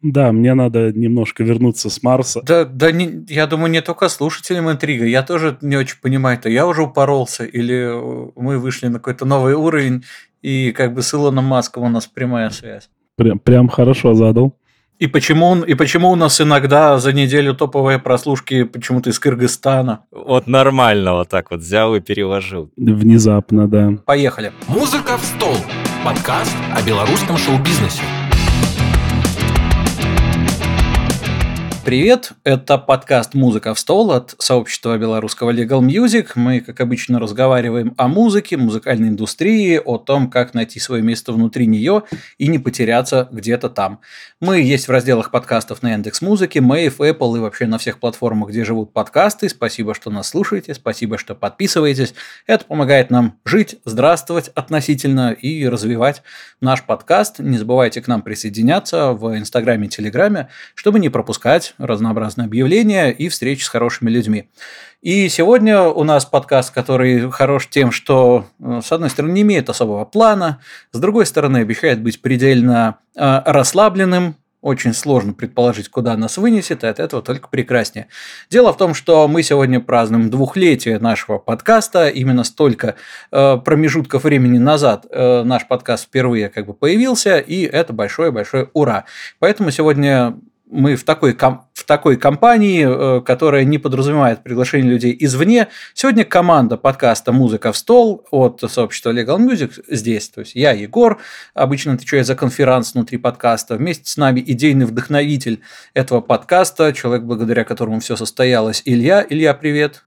Да, мне надо немножко вернуться с Марса. Да, я думаю, не только слушателям интрига. Я тоже не очень понимаю, то я уже упоролся, или мы вышли на какой-то новый уровень, и как бы с Илоном Маском у нас прямая связь. Прям хорошо задал. И почему у нас иногда за неделю топовые прослушки почему-то из Кыргызстана? Вот нормально вот так вот взял и переложил. Внезапно, да. Поехали. «Музыка в стол» – подкаст о белорусском шоу-бизнесе. Привет, это подкаст «Музыка в стол» от сообщества белорусского Legal Music. Мы, как обычно, разговариваем о музыке, музыкальной индустрии, о том, как найти свое место внутри нее и не потеряться где-то там. Мы есть в разделах подкастов на Яндекс.Музыке, Мэйв, Apple и вообще на всех платформах, где живут подкасты. Спасибо, что нас слушаете, спасибо, что подписываетесь. Это помогает нам жить, здравствовать относительно и развивать наш подкаст. Не забывайте к нам присоединяться в Инстаграме и Телеграме, чтобы не пропускать разнообразные объявления и встречи с хорошими людьми. И сегодня у нас подкаст, который хорош тем, что, с одной стороны, не имеет особого плана, с другой стороны, обещает быть предельно расслабленным. Очень сложно предположить, куда нас вынесет, и от этого только прекраснее. Дело в том, что мы сегодня празднуем 2-летие нашего подкаста. Именно столько промежутков времени назад наш подкаст впервые как бы появился, и это большое-большое ура. Поэтому сегодня мы в такой компании, которая не подразумевает приглашение людей извне. Сегодня команда подкаста «Музыка в стол» от сообщества Legal Music здесь. То есть я, Егор, обычно отвечаю за конферанс внутри подкаста. Вместе с нами идейный вдохновитель этого подкаста, человек, благодаря которому все состоялось, Илья. Илья, привет.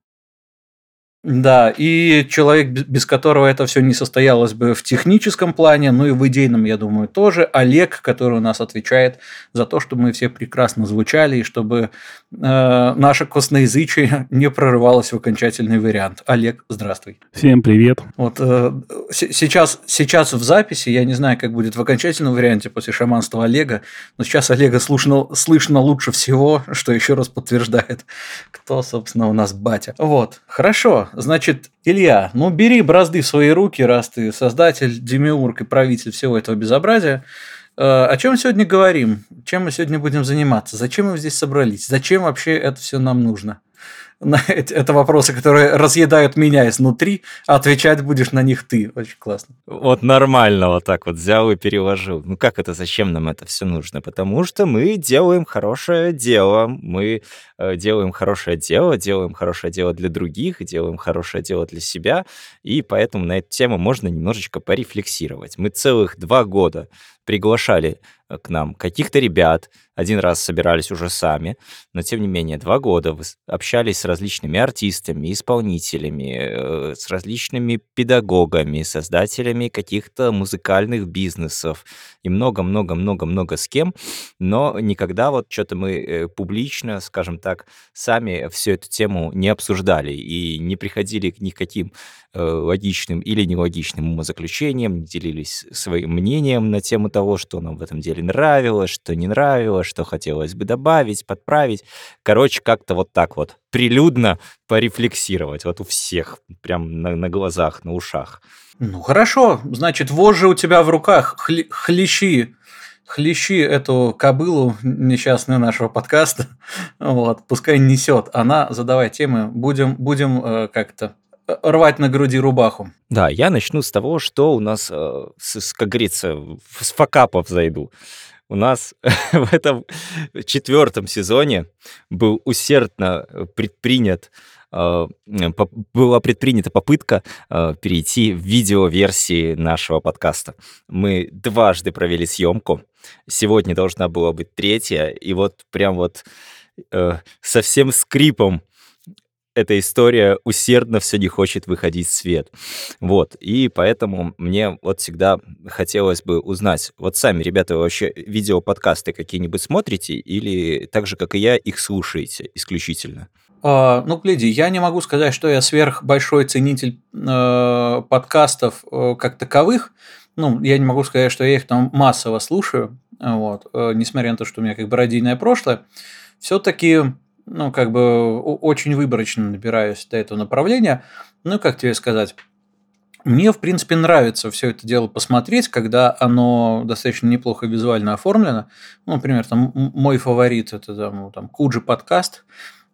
Да, и человек, без которого это все не состоялось бы в техническом плане, ну и в идейном, я думаю, тоже. Олег, который у нас отвечает за то, чтобы мы все прекрасно звучали и чтобы наше косноязычие не прорывалось в окончательный вариант. Олег, здравствуй. Всем привет. Вот сейчас в записи, я не знаю, как будет в окончательном варианте после шаманства Олега, но сейчас Олега слышно лучше всего, что еще раз подтверждает, кто, собственно, у нас батя. Вот, хорошо. Значит, Илья, ну бери бразды в свои руки, раз ты создатель, демиург и правитель всего этого безобразия. О чем сегодня говорим? Чем мы сегодня будем заниматься? Зачем мы здесь собрались? Зачем вообще это все нам нужно? Это вопросы, которые разъедают меня изнутри, а отвечать будешь на них ты. Очень классно. Вот нормально вот так вот взял и переложил. Ну как это, зачем нам это все нужно? Потому что мы делаем хорошее дело. Мы делаем хорошее дело для других, делаем хорошее дело для себя, и поэтому на эту тему можно немножечко порефлексировать. Мы целых 2 года приглашали к нам каких-то ребят, один раз собирались уже сами, но тем не менее 2 года общались с различными артистами, исполнителями, с различными педагогами, создателями каких-то музыкальных бизнесов и много-много-много-много с кем, но никогда вот что-то мы публично, скажем так, сами всю эту тему не обсуждали и не приходили к никаким логичным или нелогичным умозаключениям, не делились своим мнением на тему того, что нам в этом деле нравилось, что не нравилось, что хотелось бы добавить, подправить. Короче, как-то вот так вот прилюдно порефлексировать вот у всех, прям на глазах, на ушах. Ну, хорошо. Значит, вожжи у тебя в руках, хлещи эту кобылу несчастную нашего подкаста. Вот, пускай несет. Она, задавай темы, будем как-то рвать на груди рубаху. Да, я начну с того, что у нас, как говорится, с факапов зайду. У нас в этом 4-м сезоне была предпринята попытка перейти в видеоверсии нашего подкаста. Мы 2 провели съемку. Сегодня должна была быть 3-я, и вот прям вот со всем скрипом эта история усердно все не хочет выходить в свет. Вот, и поэтому мне вот всегда хотелось бы узнать, вот сами, ребята, вы вообще видеоподкасты какие-нибудь смотрите или так же, как и я, их слушаете исключительно? Ну, гляди, я не могу сказать, что я сверхбольшой ценитель подкастов как таковых. Ну, я не могу сказать, что я их там массово слушаю. Вот, несмотря на то, что у меня как бы радийное прошлое, все-таки, ну, как бы очень выборочно набираюсь до этого направления. Ну, как тебе сказать? Мне, в принципе, нравится все это дело посмотреть, когда оно достаточно неплохо визуально оформлено. Ну, например, там мой фаворит – это там Куджи подкаст,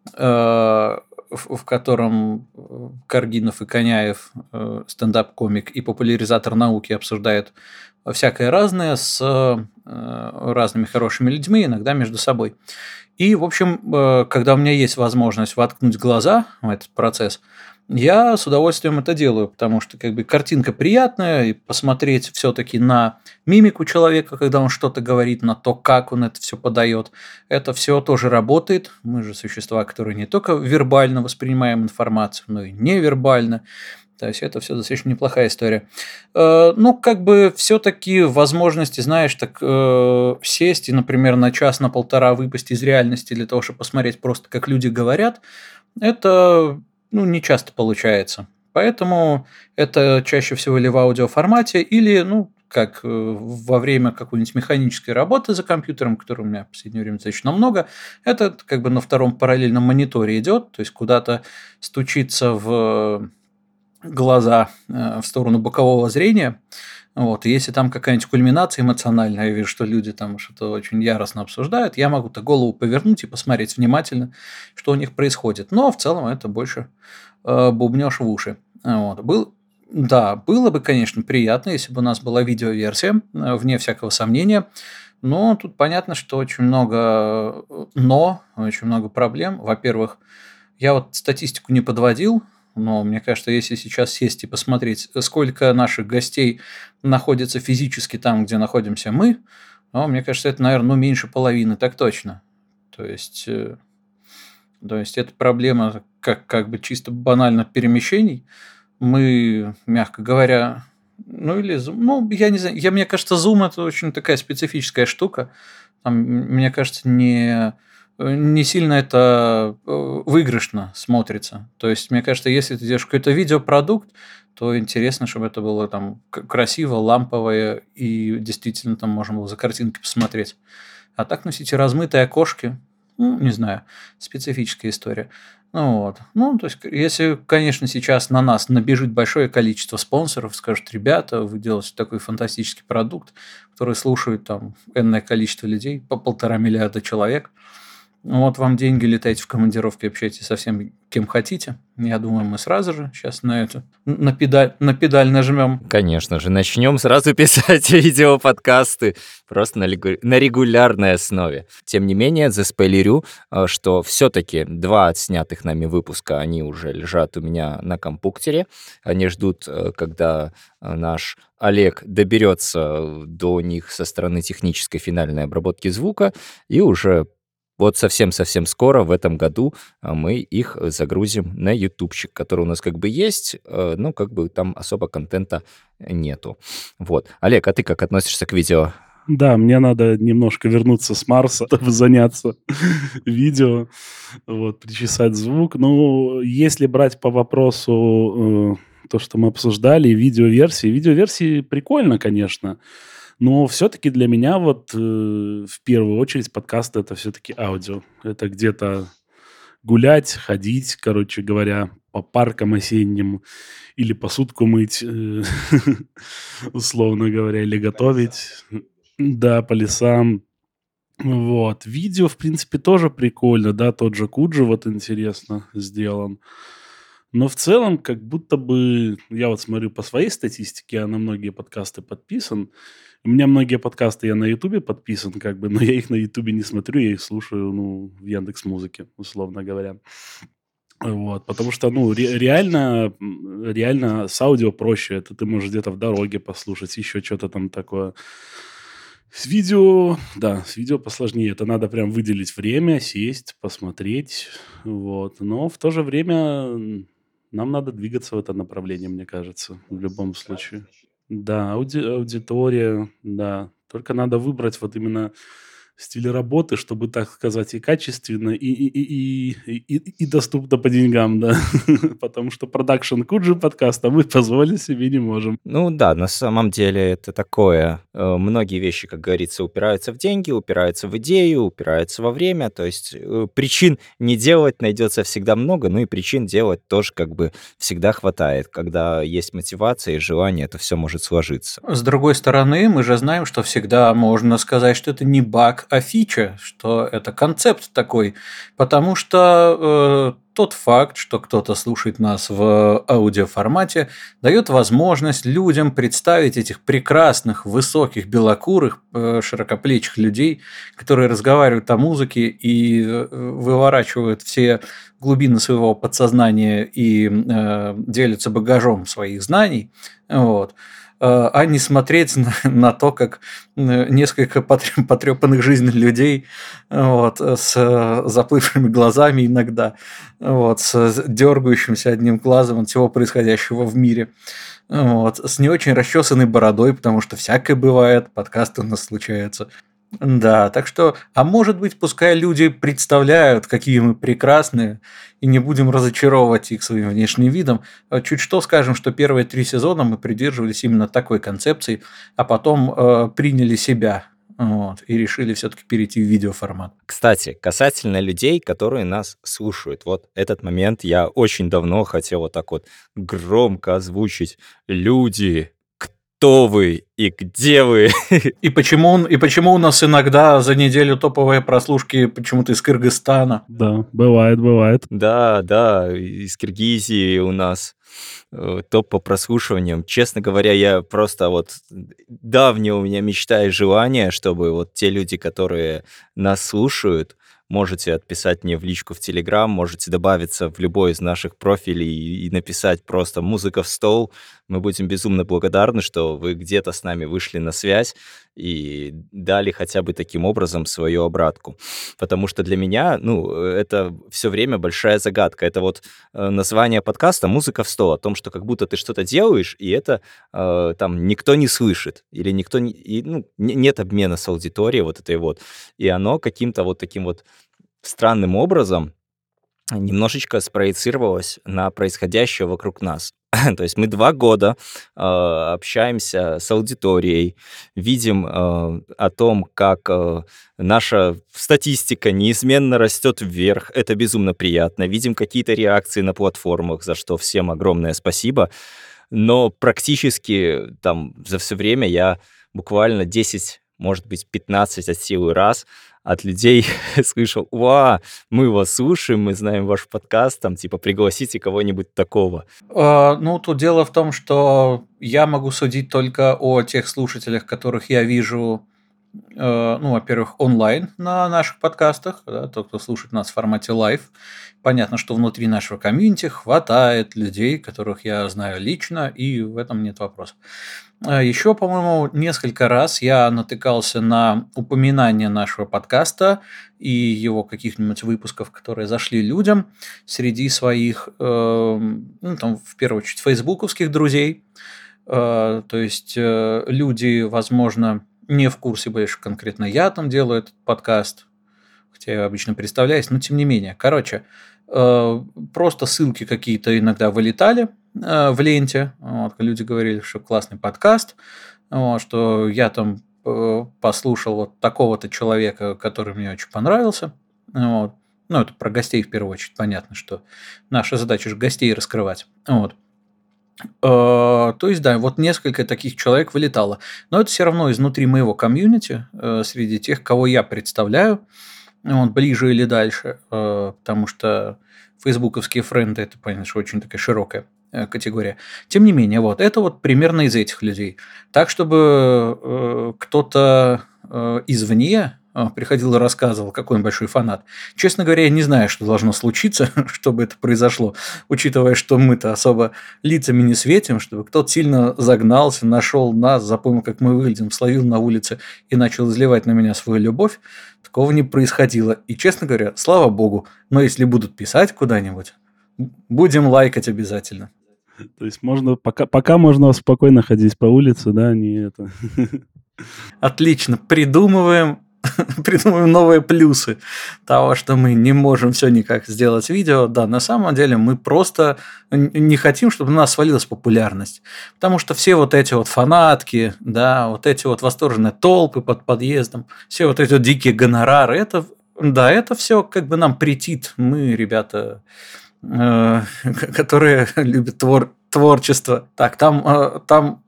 в котором Каргинов и Коняев, стендап-комик и популяризатор науки, обсуждают всякое разное с разными хорошими людьми, иногда между собой. И, в общем, когда у меня есть возможность воткнуть глаза в этот процесс, я с удовольствием это делаю, потому что как бы картинка приятная, и посмотреть все-таки на мимику человека, когда он что-то говорит, на то, как он это все подает, это все тоже работает. Мы же существа, которые не только вербально воспринимаем информацию, но и невербально. То есть это все достаточно неплохая история. Ну, как бы все-таки возможности, знаешь, так сесть и, например, на час, на полтора выпасть из реальности для того, чтобы посмотреть просто, как люди говорят, это не часто получается. Поэтому это чаще всего или в аудиоформате, или, как во время какой-нибудь механической работы за компьютером, которой у меня в последнее время достаточно много, это как бы на втором параллельном мониторе идет, то есть куда-то стучится в глаза в сторону бокового зрения. Вот. И если там какая-нибудь кульминация эмоциональная, я вижу, что люди там что-то очень яростно обсуждают, я могу-то голову повернуть и посмотреть внимательно, что у них происходит. Но в целом это больше бубнёж в уши. Вот. Было бы, конечно, приятно, если бы у нас была видеоверсия, вне всякого сомнения. Но тут понятно, что очень много очень много проблем. Во-первых, я вот статистику не подводил, но мне кажется, если сейчас сесть и посмотреть, сколько наших гостей находится физически там, где находимся мы, мне кажется, это, наверное, меньше половины, так точно. То есть это проблема как бы чисто банально перемещений. Мы, мягко говоря, я не знаю, мне кажется, Zoom – это очень такая специфическая штука. Там, мне кажется, не сильно это выигрышно смотрится. То есть, мне кажется, если ты делаешь какой-то видеопродукт, то интересно, чтобы это было там красиво, ламповое, и действительно там можно было за картинки посмотреть. А так носить размытые окошки, не знаю, специфическая история. То есть, если, конечно, сейчас на нас набежит большое количество спонсоров, скажут: ребята, вы делаете такой фантастический продукт, который слушает там энное количество людей, по 1,5 миллиарда человек, вот вам деньги, летайте в командировки, общайтесь со всем, кем хотите. Я думаю, мы сразу же сейчас на педаль нажмем. Конечно же, начнем сразу писать видеоподкасты просто на регулярной основе. Тем не менее, заспойлерю, что все-таки 2 отснятых нами выпуска, они уже лежат у меня на компьютере. Они ждут, когда наш Олег доберется до них со стороны технической финальной обработки звука, и уже вот совсем-совсем скоро, в этом году, мы их загрузим на ютубчик, который у нас как бы есть, но как бы там особо контента нету. Вот. Олег, а ты как относишься к видео? Да, мне надо немножко вернуться с Марса, чтобы заняться видео, причесать звук. Если брать по вопросу то, что мы обсуждали, видеоверсии прикольно, конечно. Но все-таки для меня в первую очередь подкаст – это все-таки аудио. Это где-то гулять, ходить, короче говоря, по паркам осенним или посудку мыть, условно говоря, или готовить. Да, по лесам. Видео, в принципе, тоже прикольно, да, тот же Куджи интересно сделан. Но в целом, как будто бы, я смотрю по своей статистике, я на многие подкасты подписан. У меня многие подкасты я на Ютубе подписан, но я их на Ютубе не смотрю, я их слушаю, в Яндекс.Музыке, условно говоря. Потому что, реально с аудио проще. Это ты можешь где-то в дороге послушать, еще что-то там такое. С видео посложнее. Это надо прям выделить время, сесть, посмотреть. Но в то же время нам надо двигаться в это направление, мне кажется, в любом случае. Да, аудитория, да. Только надо выбрать именно стиль работы, чтобы, так сказать, и качественно, и доступно по деньгам, да. Потому что продакшн Куджи подкаста мы позволить себе не можем. Ну да, на самом деле это такое. Многие вещи, как говорится, упираются в деньги, упираются в идею, упираются во время. То есть причин не делать найдется всегда много, ну и причин делать тоже как бы всегда хватает. Когда есть мотивация и желание, это все может сложиться. С другой стороны, мы же знаем, что всегда можно сказать, что это не баг, а фича, что это концепт такой. Потому что тот факт, что кто-то слушает нас в аудиоформате, дает возможность людям представить этих прекрасных, высоких, белокурых, широкоплечих людей, которые разговаривают о музыке и выворачивают все глубины своего подсознания и делятся багажом своих знаний. Вот. А не смотреть на то, как несколько потрепанных жизненных людей вот, с заплывшими глазами иногда, вот, с дергающимся одним глазом от всего происходящего в мире, вот, с не очень расчесанной бородой, потому что всякое бывает, подкасты у нас случаются. Да, так что, а может быть, пускай люди представляют, какие мы прекрасные, и не будем разочаровывать их своим внешним видом. Чуть что скажем, что первые 3 сезона мы придерживались именно такой концепции, а потом приняли себя вот, и решили все-таки перейти в видеоформат. Кстати, касательно людей, которые нас слушают. Вот этот момент я очень давно хотел вот так вот громко озвучить. Люди, кто вы и где вы? И почему у нас иногда за неделю топовые прослушки почему-то из Кыргызстана? Да, бывает. Да, из Киргизии у нас топ по прослушиваниям. Честно говоря, я просто вот давняя у меня мечта и желание, чтобы вот те люди, которые нас слушают, можете отписать мне в личку в Телеграм, можете добавиться в любой из наших профилей и написать просто «Музыка в стол». Мы будем безумно благодарны, что вы где-то с нами вышли на связь и дали хотя бы таким образом свою обратку. Потому что для меня, это все время большая загадка. Это вот название подкаста «Музыка в стол», о том, что как будто ты что-то делаешь, и это там никто не слышит, или нет обмена с аудиторией вот этой вот. И оно каким-то вот таким вот странным образом немножечко спроецировалось на происходящее вокруг нас. То есть мы 2 года общаемся с аудиторией, видим о том, как наша статистика неизменно растет вверх. Это безумно приятно. Видим какие-то реакции на платформах, за что всем огромное спасибо. Но практически там за все время я буквально 10, может быть, 15 от силы раз от людей слышал: мы вас слушаем, мы знаем ваш подкаст, там, типа, пригласите кого-нибудь такого. Тут дело в том, что я могу судить только о тех слушателях, которых я вижу, во-первых, онлайн на наших подкастах, да, тот, кто слушает нас в формате лайв. Понятно, что внутри нашего комьюнити хватает людей, которых я знаю лично, и в этом нет вопросов. Еще, по-моему, несколько раз я натыкался на упоминание нашего подкаста и его каких-нибудь выпусков, которые зашли людям среди своих, в первую очередь, фейсбуковских друзей. То есть люди, возможно, не в курсе были, что конкретно я там делаю этот подкаст, хотя я обычно представляюсь, но тем не менее. Короче, просто ссылки какие-то иногда вылетали в ленте. Вот, люди говорили, что классный подкаст, вот, что я там послушал вот такого-то человека, который мне очень понравился. Вот. Это про гостей в первую очередь. Понятно, что наша задача же гостей раскрывать. Вот. То есть, да, вот несколько таких человек вылетало. Но это все равно изнутри моего комьюнити, среди тех, кого я представляю, ближе или дальше, потому что фейсбуковские френды – это, понятно, что очень такая широкая категория. Тем не менее, вот это вот примерно из этих людей. Так, чтобы кто-то извне приходил и рассказывал, какой он большой фанат. Честно говоря, я не знаю, что должно случиться, чтобы это произошло, учитывая, что мы-то особо лицами не светим, чтобы кто-то сильно загнался, нашел нас, запомнил, как мы выглядим, словил на улице и начал изливать на меня свою любовь. Такого не происходило. И, честно говоря, слава богу, но если будут писать куда-нибудь, будем лайкать обязательно. То есть можно пока можно спокойно ходить по улице, да, не это. Отлично, придумываем придумываем новые плюсы того, что мы не можем все никак сделать видео. Да, на самом деле мы просто не хотим, чтобы на нас свалилась популярность. Потому что все вот эти вот фанатки, да, вот эти вот восторженные толпы под подъездом, все вот эти вот дикие гонорары, это все как бы нам претит. Мы, ребята, которые любят творчество. Так, там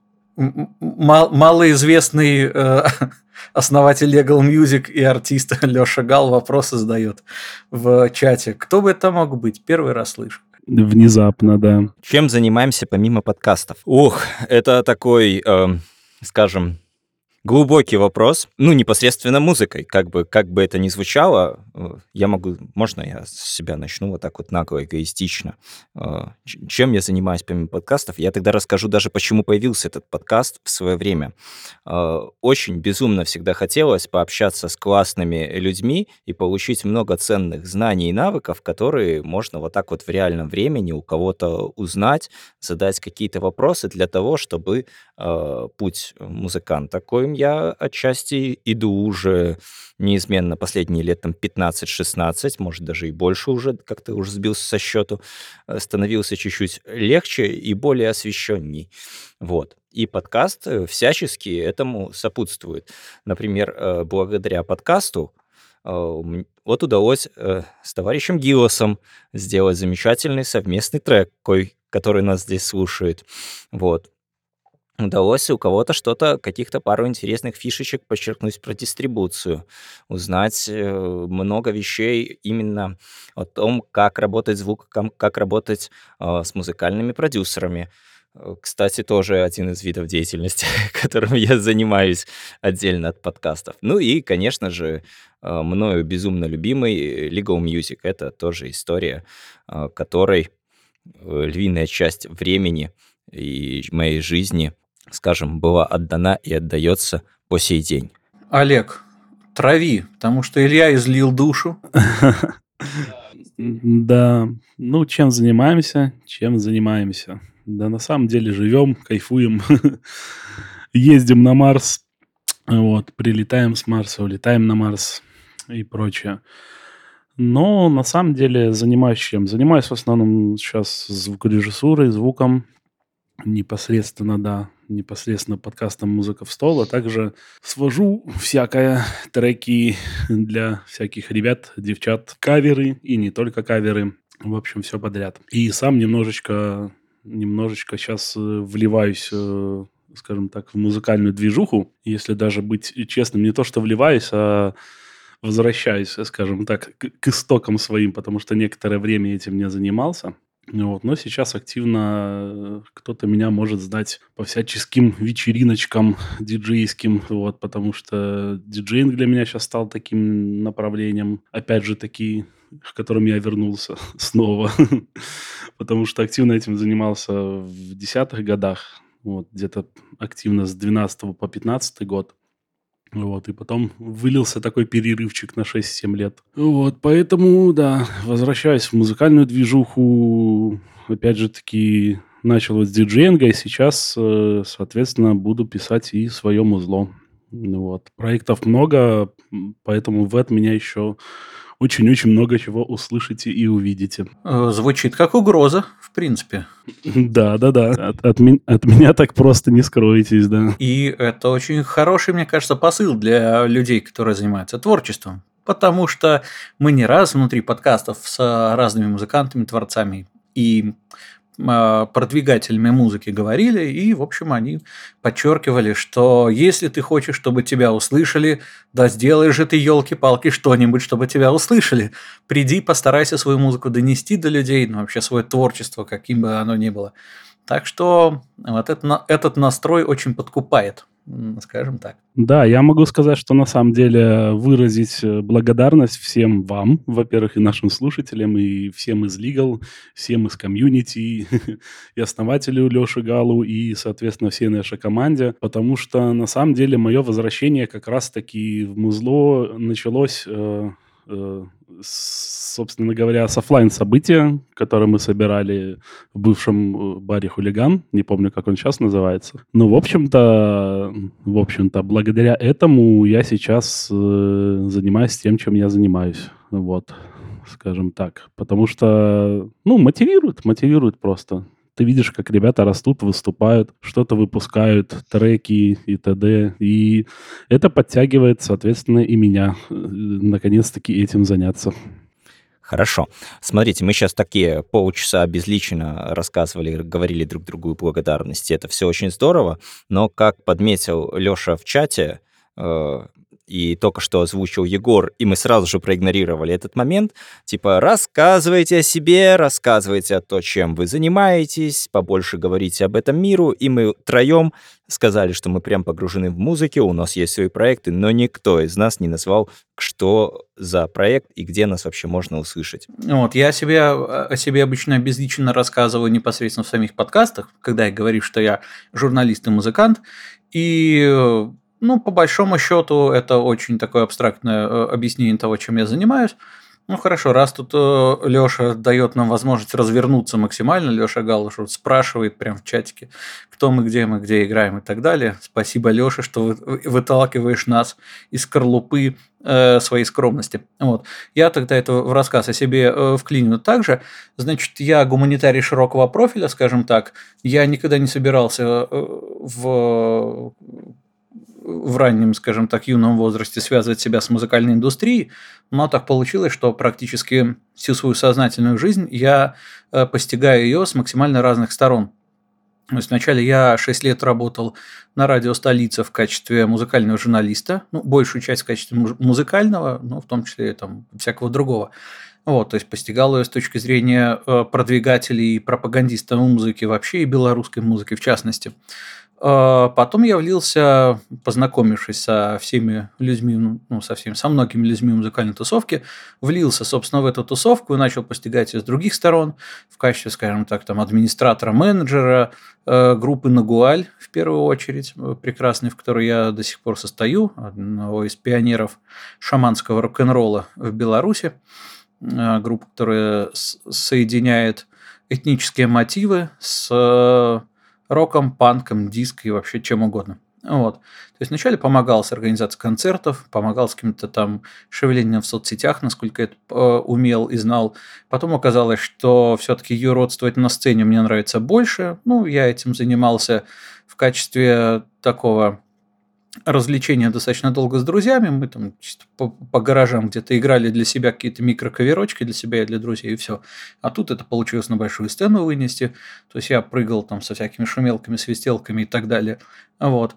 малоизвестный основатель Legal Music и артист Лёша Гал вопросы задает в чате. Кто бы это мог быть? Первый раз слышу. Внезапно, да. Чем занимаемся помимо подкастов? Это такой, скажем, глубокий вопрос. Непосредственно музыкой. Как бы это ни звучало, можно я с себя начну вот так вот нагло, эгоистично. Чем я занимаюсь помимо подкастов? Я тогда расскажу даже, почему появился этот подкаст в свое время. Очень безумно всегда хотелось пообщаться с классными людьми и получить много ценных знаний и навыков, которые можно вот так вот в реальном времени у кого-то узнать, задать какие-то вопросы для того, чтобы путь музыканта, коим я отчасти иду уже неизменно последние лет там 15-16, может даже и больше уже, как-то уже сбился со счету, становился чуть-чуть легче и более освещенней. Вот. И подкаст всячески этому сопутствует. Например, благодаря подкасту вот удалось с товарищем Гилосом сделать замечательный совместный трек, который нас здесь слушает. Вот. Удалось у кого-то каких-то пару интересных фишечек подчеркнуть про дистрибуцию, узнать много вещей именно о том, как работать звук, как работать с музыкальными продюсерами. Кстати, тоже один из видов деятельности, которым я занимаюсь отдельно от подкастов. И, конечно же, мною безумно любимый Legal Music. Это тоже история, которой львиная часть времени и моей жизни, скажем, была отдана и отдается по сей день. Олег, трави, потому что Илья излил душу. Да, чем занимаемся? Да, на самом деле живем, кайфуем, ездим на Марс, прилетаем с Марса, улетаем на Марс и прочее. Но на самом деле занимаюсь чем? Занимаюсь в основном сейчас звукорежиссурой, звуком, непосредственно подкастом «Музыка в стол», а также свожу всякое, треки для всяких ребят, девчат, каверы и не только каверы, в общем, все подряд. И сам немножечко сейчас вливаюсь, скажем так, в музыкальную движуху, если даже быть честным, не то что вливаюсь, а возвращаюсь, скажем так, к истокам своим, потому что некоторое время этим не занимался. Но сейчас активно кто-то меня может знать по всяческим вечериночкам диджейским, потому что диджейнг для меня сейчас стал таким направлением, опять же таки, к которым я вернулся снова, потому что активно этим занимался в 10-х годах, где-то активно с 12 по 15 год. И потом вылился такой перерывчик на 6-7 лет. Поэтому, да, возвращаюсь в музыкальную движуху. Опять же таки, начал с диджеинга, и сейчас, соответственно, буду писать и свое музло. Проектов много, поэтому вы от меня еще очень-очень много чего услышите и увидите. Звучит как угроза, в принципе. Да. От меня так просто не скроетесь, да. И это очень хороший, мне кажется, посыл для людей, которые занимаются творчеством. Потому что мы не раз внутри подкастов с разными музыкантами, творцами и продвигателями музыки говорили, и, в общем, они подчеркивали, что если ты хочешь, чтобы тебя услышали, да сделай же ты, елки-палки, что-нибудь, чтобы тебя услышали. Приди, постарайся свою музыку донести до людей, вообще свое творчество, каким бы оно ни было. Так что этот настрой очень подкупает, скажем так. Да, я могу сказать, что на самом деле выразить благодарность всем вам, во-первых, и нашим слушателям, и всем из Legal, всем из комьюнити, и основателю Лёше Галу, и, соответственно, всей нашей команде, потому что на самом деле мое возвращение как раз-таки в музло началось собственно говоря, с оффлайн-события, которое мы собирали в бывшем баре «Хулиган». Не помню, как он сейчас называется. Но, в общем-то, благодаря этому я сейчас занимаюсь тем, чем я занимаюсь. Вот, скажем так. Потому что, мотивирует просто. Ты видишь, как ребята растут, выступают, что-то выпускают, треки и т.д. И это подтягивает, соответственно, и меня наконец-таки этим заняться. Хорошо. Смотрите, мы сейчас такие полчаса безлично рассказывали, говорили друг другу благодарности. Это все очень здорово, но, как подметил Лёша в чате, и только что озвучил Егор, и мы сразу же проигнорировали этот момент, типа рассказывайте о себе, рассказывайте о том, чем вы занимаетесь, побольше говорите об этом миру, и мы троем сказали, что мы прям погружены в музыку, у нас есть свои проекты, но никто из нас не назвал, что за проект и где нас вообще можно услышать. Вот, я о себе обычно безлично рассказываю непосредственно в самих подкастах, когда я говорю, что я журналист и музыкант, и по большому счету, это очень такое абстрактное объяснение того, чем я занимаюсь. Ну, хорошо, раз тут Лёша дает нам возможность развернуться максимально, Лёша Галуш спрашивает прямо в чатике, кто мы, где играем и так далее. Спасибо, Лёша, что выталкиваешь нас из скорлупы своей скромности. Вот. Я тогда это в рассказ о себе вклиню также. Значит, я гуманитарий широкого профиля, скажем так. Я никогда не собирался в раннем, скажем так, юном возрасте связывать себя с музыкальной индустрией, но так получилось, что практически всю свою сознательную жизнь я постигаю ее с максимально разных сторон. То есть вначале я 6 лет работал на радио «Столица» в качестве музыкального журналиста, большую часть в качестве музыкального, но в том числе там всякого другого. Вот, то есть постигал ее с точки зрения продвигателей и пропагандистов музыки вообще и белорусской музыки в частности. Потом я влился, познакомившись со всеми людьми, со многими людьми музыкальной тусовки, влился, собственно, в эту тусовку и начал постигать ее с других сторон, в качестве, скажем так, администратора-менеджера группы «Нагуаль», в первую очередь, прекрасной, в которой я до сих пор состою, одного из пионеров шаманского рок-н-ролла в Беларуси, группа, которая соединяет этнические мотивы с роком, панком, диско и вообще чем угодно. Вот. То есть вначале помогал с организацией концертов, помогал с каким-то там шевелением в соцсетях, насколько это умел и знал. Потом оказалось, что все-таки юродствовать на сцене мне нравится больше. Я этим занимался в качестве такого развлечения достаточно долго с друзьями. Мы там чисто по гаражам где-то играли для себя какие-то микрокаверочки для себя и для друзей, и все. А тут это получилось на большую сцену вынести. То есть я прыгал там со всякими шумелками, свистелками и так далее. Вот.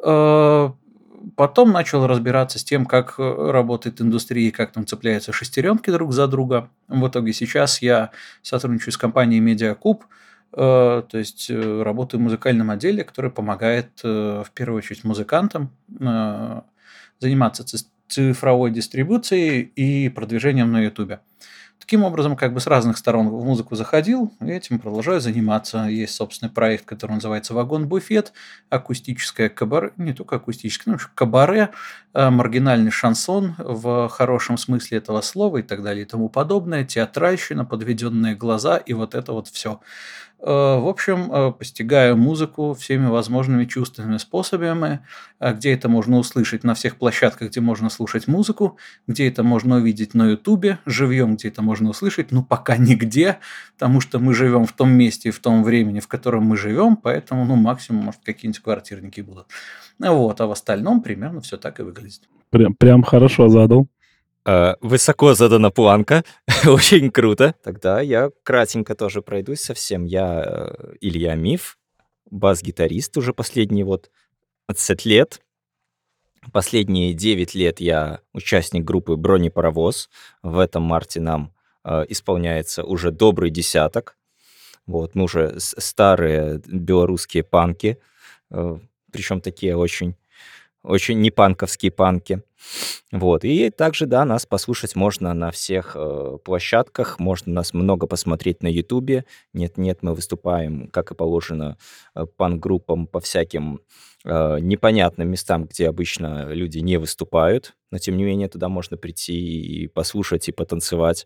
Потом начал разбираться с тем, как работает индустрия, как там цепляются шестеренки друг за друга. В итоге сейчас я сотрудничаю с компанией «Медиакуб», то есть работаю в музыкальном отделе, который помогает в первую очередь музыкантам заниматься цифровой дистрибуцией и продвижением на Ютубе. Таким образом, с разных сторон в музыку заходил, и этим продолжаю заниматься. Есть собственный проект, который называется «Вагон-буфет», акустическое кабаре, не только акустическое, но кабаре, маргинальный шансон в хорошем смысле этого слова и так далее и тому подобное, театральщина, подведенные глаза и вот это вот все. В общем, постигаю музыку всеми возможными чувственными способами, где это можно услышать на всех площадках, где можно слушать музыку, где это можно увидеть на Ютубе, живьем, где это можно услышать, пока нигде, потому что мы живем в том месте и в том времени, в котором мы живем, поэтому, максимум, может, какие-нибудь квартирники будут. Вот, а в остальном примерно все так и выглядит. Прям хорошо задал. Высоко задана планка, очень круто. Тогда я кратенько тоже пройдусь совсем. Я Илья Миф, бас-гитарист уже последние 20 лет. Последние 9 лет я участник группы «Бронепаровоз». В этом марте нам исполняется уже добрый 10. Вот, мы уже старые белорусские панки, причем такие очень очень непанковские панки. Вот. И также, да, нас послушать можно на всех площадках, можно нас много посмотреть на Ютубе. Нет-нет, мы выступаем, как и положено, панк-группам по всяким непонятным местам, где обычно люди не выступают, но тем не менее туда можно прийти и послушать, и потанцевать.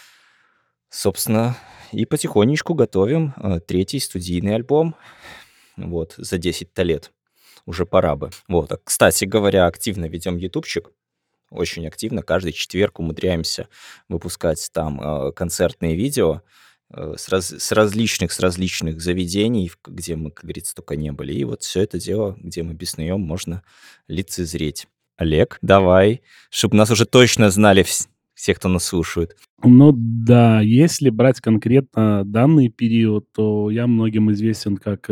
Собственно, и потихонечку готовим третий студийный альбом. Вот, за 10 лет. Уже пора бы. Вот, кстати говоря, активно ведем ютубчик. Очень активно. Каждый четверг умудряемся выпускать там концертные видео с различных заведений, где мы, как говорится, только не были. И вот все это дело, где мы беснаем, можно лицезреть. Олег, давай, чтобы нас уже точно знали все, кто нас слушает. Ну да, если брать конкретно данный период, то я многим известен как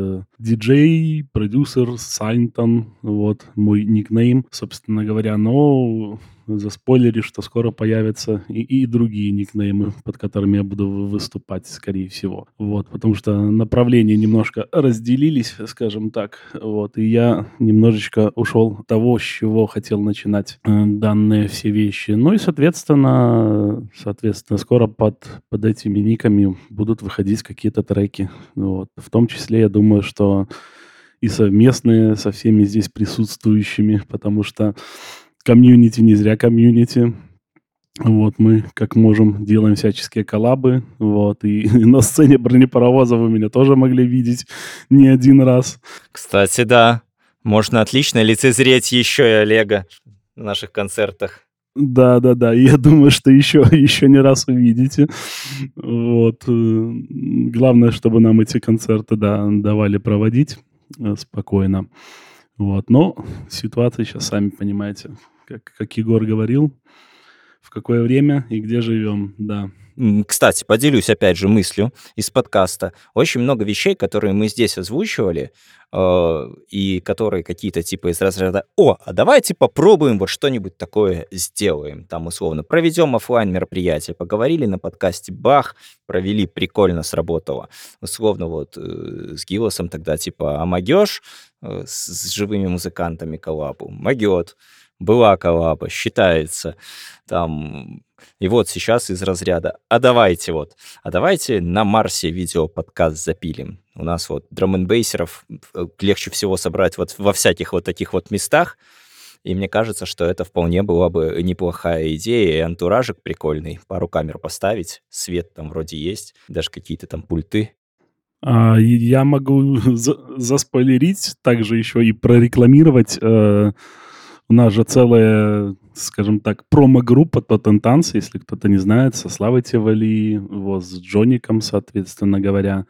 диджей, продюсер, Сайнтон, вот мой никнейм, собственно говоря, но заспойлери, что скоро появятся и другие никнеймы, под которыми я буду выступать, скорее всего. Вот, потому что направления немножко разделились, скажем так, вот, и я немножечко ушел от того, с чего хотел начинать данные все вещи. Ну и, соответственно, скоро под этими никами будут выходить какие-то треки. Вот. В том числе, я думаю, что и совместные со всеми здесь присутствующими, потому что комьюнити не зря комьюнити. Вот, мы как можем делаем всяческие коллабы, вот, и на сцене бронепаровоза вы меня тоже могли видеть не один раз. Кстати, да, можно отлично лицезреть еще и Олега на наших концертах. Да, и я думаю, что еще не раз увидите. Вот. Главное, чтобы нам эти концерты, да, давали проводить спокойно. Вот. Но ситуация сейчас, сами понимаете, как Егор говорил, в какое время и где живем, да. Кстати, поделюсь опять же мыслью из подкаста. Очень много вещей, которые мы здесь озвучивали, и которые какие-то типа из разряда а давайте попробуем вот что-нибудь такое сделаем. Там условно проведем офлайн мероприятие, поговорили на подкасте, бах, провели, прикольно сработало. Условно вот с Гилосом тогда типа могёшь с живыми музыкантами коллабу? Могёт. Была коллаба, считается. Там... И вот сейчас из разряда а давайте на Марсе видео-подкаст запилим. У нас вот драм-н-бейсеров легче всего собрать вот во всяких вот таких вот местах, и мне кажется, что это вполне была бы неплохая идея, и антуражик прикольный, пару камер поставить, свет там вроде есть, даже какие-то там пульты. Я могу заспойлерить, также еще и прорекламировать. У нас же целая, скажем так, промо-группа Тотентанс, если кто-то не знает, со Славой Тевали, вот, с Джоником, соответственно говоря.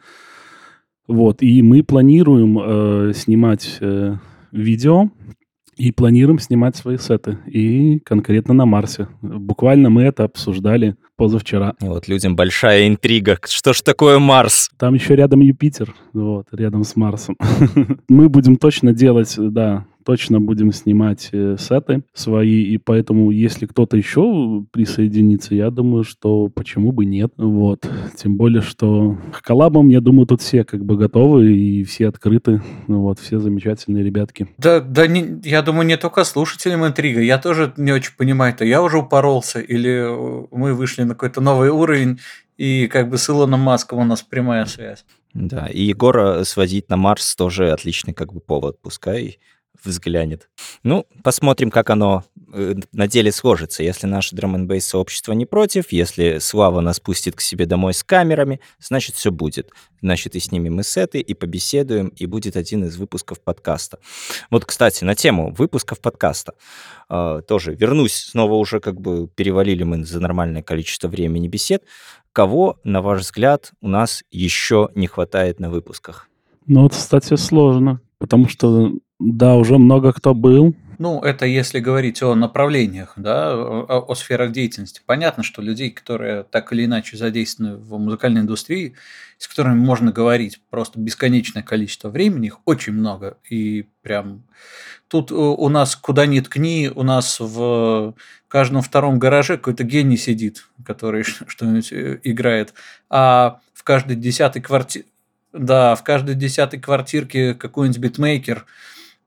Вот, и мы планируем снимать видео и планируем снимать свои сеты. И конкретно на Марсе. Буквально мы это обсуждали позавчера. Вот людям большая интрига. Что ж такое Марс? Там еще рядом Юпитер, вот, рядом с Марсом. Мы будем точно делать, да, точно будем снимать сеты свои, и поэтому, если кто-то еще присоединится, я думаю, что почему бы нет, вот. Тем более, что к коллабам, я думаю, тут все как бы готовы и все открыты, вот, все замечательные ребятки. Да, я думаю, не только слушателям интрига, я тоже не очень понимаю, то я уже упоролся, или мы вышли на какой-то новый уровень, и как бы с Илоном Маском у нас прямая связь. Да, и Егора сводить на Марс тоже отличный как бы повод, пускай взглянет. Ну, посмотрим, как оно на деле сложится. Если наше драм-н-бейс сообщество не против, если Слава нас пустит к себе домой с камерами, значит, все будет. Значит, и снимем и сеты, и побеседуем, и будет один из выпусков подкаста. Вот, кстати, на тему выпусков подкаста тоже вернусь. Снова уже как бы перевалили мы за нормальное количество времени бесед. Кого, на ваш взгляд, у нас еще не хватает на выпусках? Ну, вот, кстати, сложно, потому что, да, уже много кто был. Ну, это если говорить о направлениях, да, о сферах деятельности. Понятно, что людей, которые так или иначе задействованы в музыкальной индустрии, с которыми можно говорить просто бесконечное количество времени, их очень много. И прям тут у нас куда ни ткни, у нас в каждом втором гараже какой-то гений сидит, который что-нибудь играет. А в каждой 10-й квартире... Да, в каждой 10-й квартирке какой-нибудь битмейкер,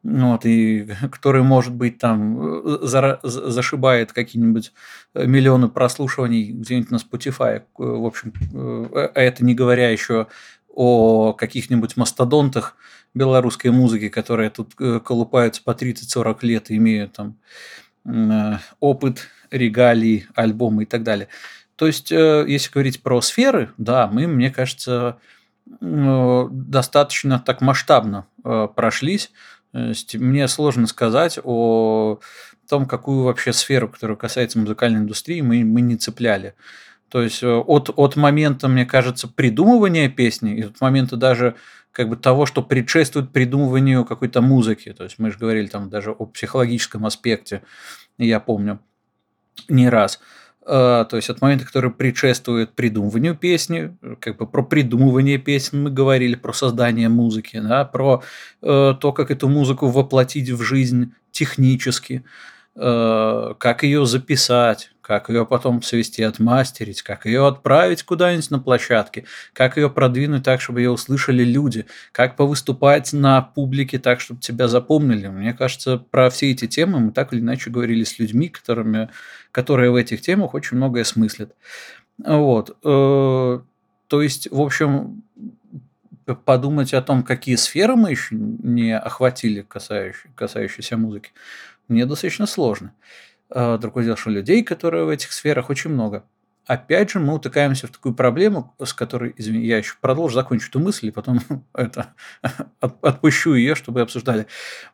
вот, и который, может быть, там зашибает какие-нибудь миллионы прослушиваний где-нибудь на Spotify. В общем, это не говоря еще о каких-нибудь мастодонтах белорусской музыки, которые тут колупаются по 30-40 лет и имеют там опыт, регалии, альбомы и так далее. То есть, если говорить про сферы, да, мы, мне кажется, достаточно так масштабно прошлись. Мне сложно сказать о том, какую вообще сферу, которая касается музыкальной индустрии, мы не цепляли. То есть от момента, мне кажется, придумывания песни и от момента даже как бы того, что предшествует придумыванию какой-то музыки. То есть мы же говорили там даже о психологическом аспекте, я помню, не раз. То есть от момента, который предшествует придумыванию песни, как бы про придумывание песен мы говорили, про создание музыки, да, про то, как эту музыку воплотить в жизнь технически, как ее записать, как ее потом свести, отмастерить, как ее отправить куда-нибудь на площадке, как ее продвинуть так, чтобы ее услышали люди, как повыступать на публике так, чтобы тебя запомнили. Мне кажется, про все эти темы мы так или иначе говорили с людьми, которые в этих темах очень многое смыслят. Вот. То есть, в общем, подумать о том, какие сферы мы еще не охватили, касающиеся музыки, мне достаточно сложно. Другое дело, что людей, которые в этих сферах, очень много. Опять же, мы утыкаемся в такую проблему, с которой, извини, я еще продолжу, закончу эту мысль, и потом отпущу ее, чтобы обсуждали.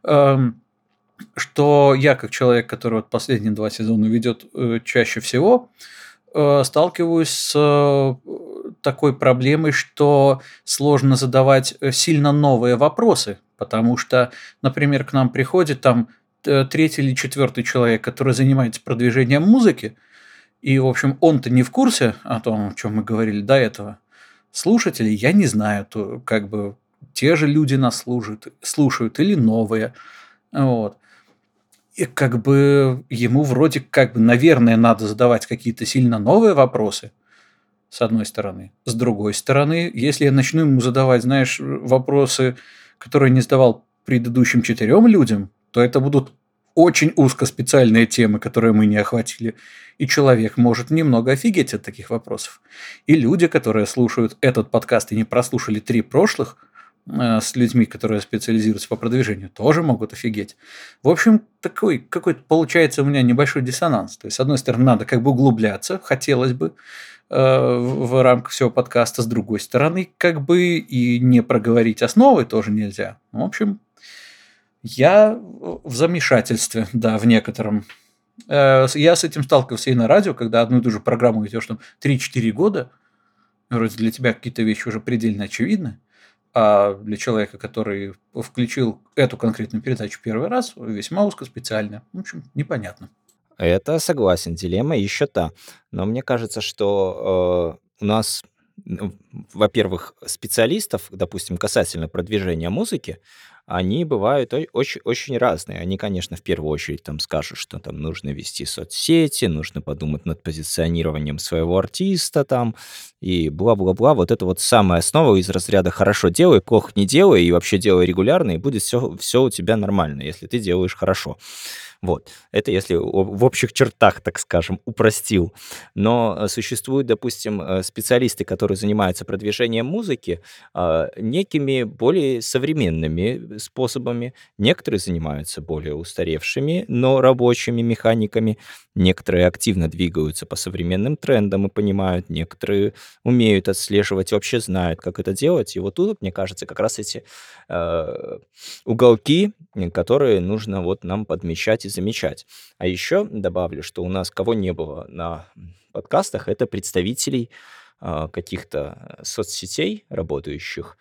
Что я, как человек, который вот последние 2 сезона ведет чаще всего, сталкиваюсь с такой проблемой, что сложно задавать сильно новые вопросы, потому что, например, к нам приходит там 3-й или 4-й человек, который занимается продвижением музыки, и, в общем, он-то не в курсе о том, о чем мы говорили до этого. Слушатели, я не знаю, то как бы те же люди нас слушают или новые. Вот. И как бы ему вроде как бы, наверное, надо задавать какие-то сильно новые вопросы, с одной стороны. С другой стороны, если я начну ему задавать, знаешь, вопросы, которые не задавал предыдущим 4 людям, то это будут очень узкоспециальные темы, которые мы не охватили. И человек может немного офигеть от таких вопросов. И люди, которые слушают этот подкаст и не прослушали 3 прошлых, с людьми, которые специализируются по продвижению, тоже могут офигеть. В общем, такой какой-то получается у меня небольшой диссонанс. То есть, с одной стороны, надо как бы углубляться, хотелось бы, в рамках всего подкаста. С другой стороны, как бы и не проговорить основы тоже нельзя. В общем, я в замешательстве, да, в некотором. Я с этим сталкивался и на радио, когда одну и ту же программу ведешь там 3-4 года. Вроде для тебя какие-то вещи уже предельно очевидны. А для человека, который включил эту конкретную передачу первый раз, весьма узкоспециально. В общем, непонятно. Это согласен, дилемма еще та. Но мне кажется, что у нас, во-первых, специалистов, допустим, касательно продвижения музыки, они бывают очень, очень разные. Они, конечно, в первую очередь там скажут, что там нужно вести соцсети, нужно подумать над позиционированием своего артиста там и бла-бла-бла. Вот это вот самая основа из разряда «хорошо делай, плохо не делай» и вообще делай регулярно, и будет все у тебя нормально, если ты делаешь хорошо. Вот. Это если в общих чертах, так скажем, упростил. Но существуют, допустим, специалисты, которые занимаются продвижением музыки некими более современными способами. Некоторые занимаются более устаревшими, но рабочими механиками. Некоторые активно двигаются по современным трендам и понимают. Некоторые умеют отслеживать и вообще знают, как это делать. И вот тут, мне кажется, как раз эти уголки, которые нужно вот нам подмечать и замечать. А еще добавлю, что у нас кого не было на подкастах, это представителей каких-то соцсетей, работающих,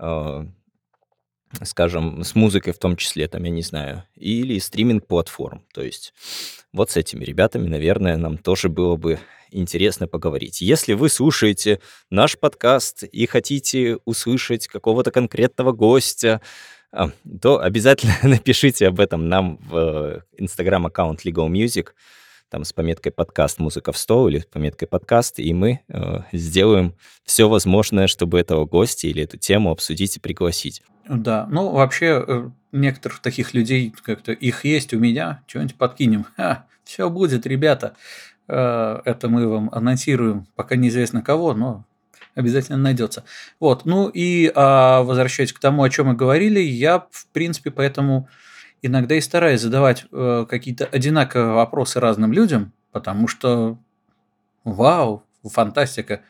скажем, с музыкой в том числе, там, я не знаю, или стриминг-платформ. То есть вот с этими ребятами, наверное, нам тоже было бы интересно поговорить. Если вы слушаете наш подкаст и хотите услышать какого-то конкретного гостя, то обязательно напишите об этом нам в инстаграм-аккаунт Legal Music, там с пометкой «Подкаст Музыка в стол» или с пометкой «Подкаст», и мы сделаем все возможное, чтобы этого гостя или эту тему обсудить и пригласить. Да, ну вообще некоторых таких людей как-то их есть у меня, что-нибудь подкинем. Все будет, ребята. Это мы вам анонсируем, пока неизвестно кого, но обязательно найдется. Вот, ну и возвращаясь к тому, о чем мы говорили, я, в принципе, поэтому иногда и стараюсь задавать какие-то одинаковые вопросы разным людям, потому что, вау, фантастика,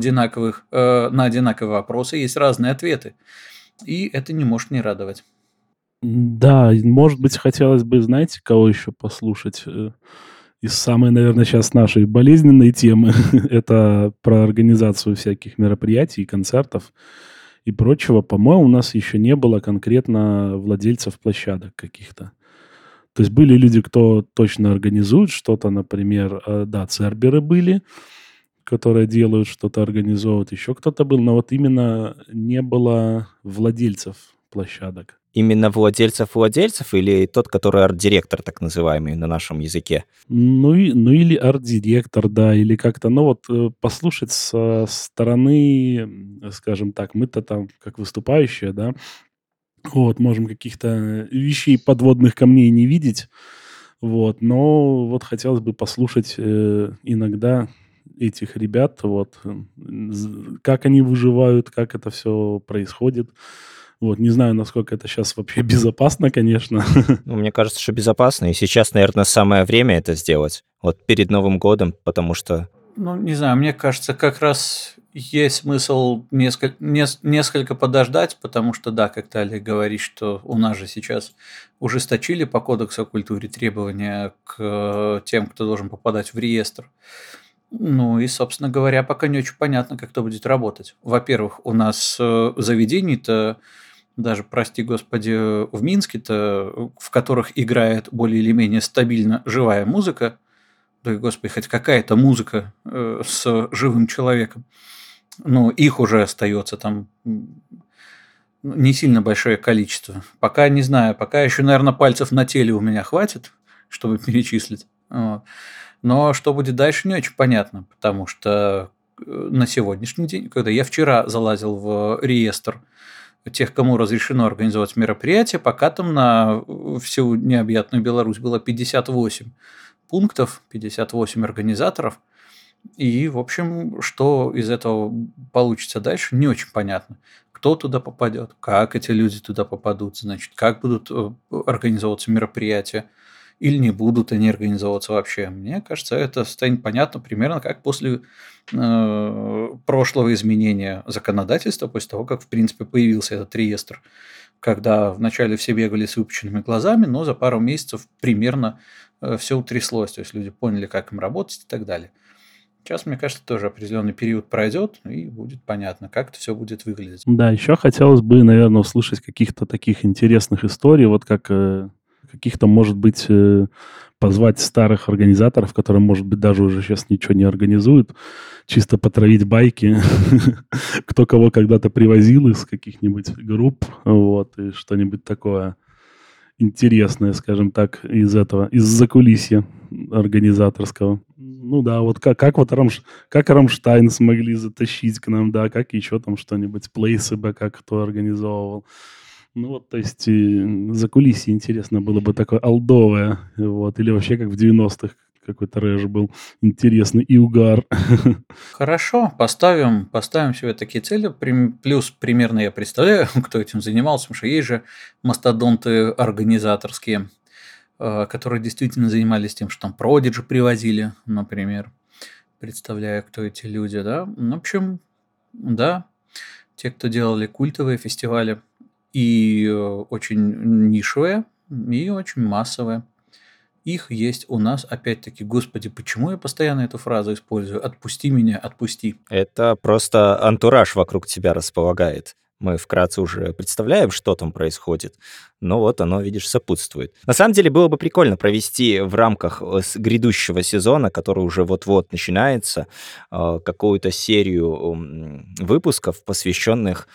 на одинаковые вопросы есть разные ответы. И это не может не радовать. Да, может быть, хотелось бы, знаете, кого еще послушать из самой, наверное, сейчас нашей болезненной темы. Это про организацию всяких мероприятий, концертов и прочего. По-моему, у нас еще не было конкретно владельцев площадок каких-то. То есть были люди, кто точно организует что-то, например, да, церберы были, которые делают что-то, организовывают, еще кто-то был, но вот именно не было владельцев площадок. Именно владельцев или тот, который арт-директор, так называемый на нашем языке? Ну или арт-директор, да, или как-то, ну вот послушать со стороны, скажем так, мы-то там как выступающие, да, вот, можем каких-то вещей, подводных камней не видеть, вот, но вот хотелось бы послушать иногда этих ребят, вот, как они выживают, как это все происходит. Вот, не знаю, насколько это сейчас вообще безопасно, конечно. Ну, мне кажется, что безопасно. И сейчас, наверное, самое время это сделать. Вот перед Новым годом, потому что... Ну, не знаю, мне кажется, как раз есть смысл несколько подождать, потому что, да, как Талия говорит, что у нас же сейчас ужесточили по Кодексу о культуре требования к тем, кто должен попадать в реестр. Ну и, собственно говоря, пока не очень понятно, как это будет работать. Во-первых, у нас заведений-то, даже, прости господи, в Минске-то, в которых играет более или менее стабильно живая музыка, да и, господи, хоть какая-то музыка с живым человеком, но их уже остается там не сильно большое количество. Пока не знаю, пока еще, наверное, пальцев на теле у меня хватит, чтобы перечислить. Вот. Но что будет дальше, не очень понятно, потому что на сегодняшний день, когда я вчера залазил в реестр тех, кому разрешено организовать мероприятие, пока там на всю необъятную Беларусь было 58 пунктов, 58 организаторов. И, в общем, что из этого получится дальше, не очень понятно. Кто туда попадет, как эти люди туда попадут, значит, как будут организовываться мероприятия, или не будут они организовываться вообще. Мне кажется, это станет понятно примерно как после прошлого изменения законодательства, после того, как, в принципе, появился этот реестр, когда вначале все бегали с выпученными глазами, но за пару месяцев примерно все утряслось, то есть люди поняли, как им работать и так далее. Сейчас, мне кажется, тоже определенный период пройдет, и будет понятно, как это все будет выглядеть. Да, еще хотелось бы, наверное, услышать каких-то таких интересных историй, вот как каких-то, может быть, позвать старых организаторов, которые, может быть, даже уже сейчас ничего не организуют, чисто потравить байки, кто кого когда-то привозил из каких-нибудь групп, вот, и что-нибудь такое интересное, скажем так, из закулисья организаторского. Ну да, вот как Рамштайн смогли затащить к нам, да, как еще там что-нибудь, плейсы бы, как кто организовывал. Ну вот, то есть закулисье интересно было бы такое олдовое, вот, или вообще как в 90-х какой-то рэш был интересный и угар. Хорошо, поставим себе такие цели. Плюс примерно я представляю, кто этим занимался, потому что есть же мастодонты организаторские, которые действительно занимались тем, что там Продиджи привозили, например. Представляю, кто эти люди, да. В общем, да, те, кто делали культовые фестивали, и очень нишевые, и очень массовые. Их есть у нас, опять-таки, господи, почему я постоянно эту фразу использую? «Отпусти меня, отпусти». Это просто антураж вокруг тебя располагает. Мы вкратце уже представляем, что там происходит, но вот оно, видишь, сопутствует. На самом деле было бы прикольно провести в рамках грядущего сезона, который уже вот-вот начинается, какую-то серию выпусков, посвященных